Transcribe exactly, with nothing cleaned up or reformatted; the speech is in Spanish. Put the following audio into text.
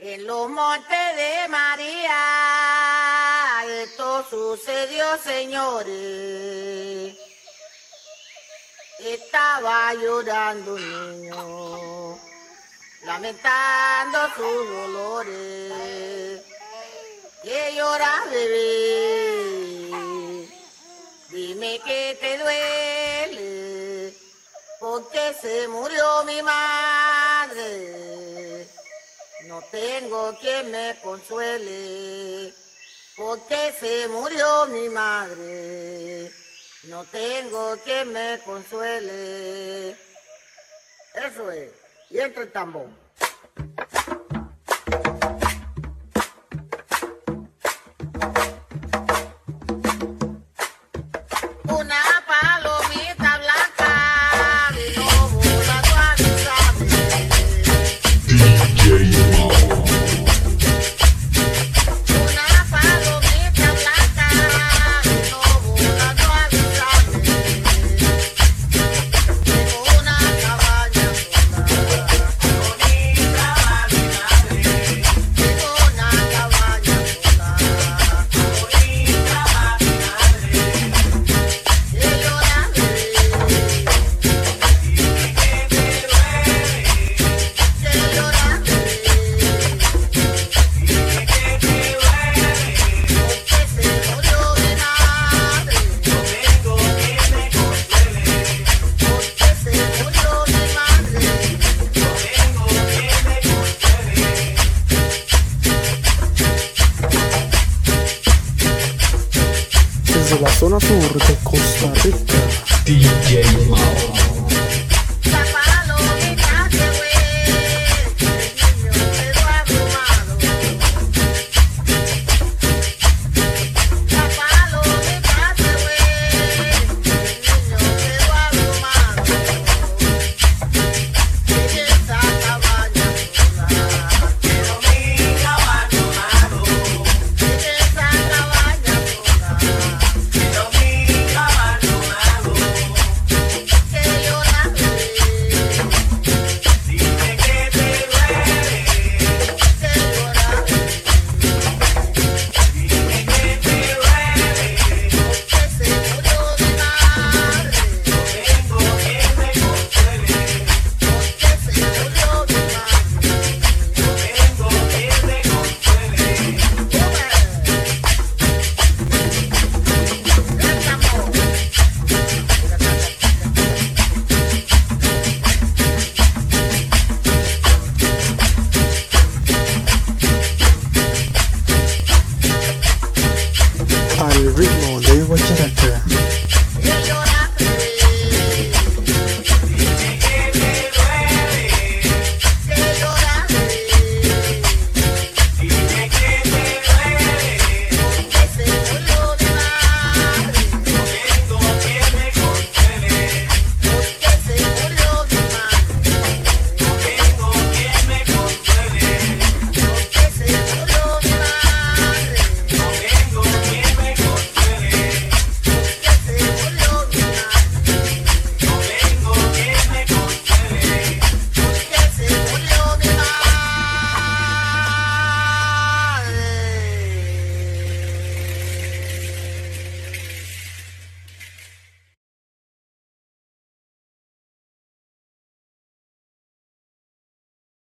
En los montes de María, esto sucedió, señores. Estaba llorando un niño, lamentando sus dolores. ¿Qué lloras, bebé? Dime que te duele, porque se murió mi madre. No tengo quien me consuele, porque se murió mi madre. No tengo quien me consuele. Eso es. Y entra el tambor. Una palomita blanca vino volando a avisarme. D J Mau. Una palomita blanca vino volando a avisarme. Tengo una cabaña sola, bonita mi madre. Tengo una cabaña sola, bonita mi madre. Que lloras, bebé, que lloras, bebé, porque se murió mi madre. Porque se murió mi madre. Desde la zona sur de Costa Rica, D J Mau. La palomita se fue, el niño quedó abrumado. La palomita se fue, el niño quedó abrumado. En esa cabaña sola, quedó mi abandonado. En esa cabaña sola, quedó mi abandonado. Que lloras, bebé, dime que te duele. Que lloras, bebé, dime que te duele. Porque se murió mi madre. No tengo quien me consuele. Porque se murió mi madre. No tengo quien me consuele. El amor. al ritmo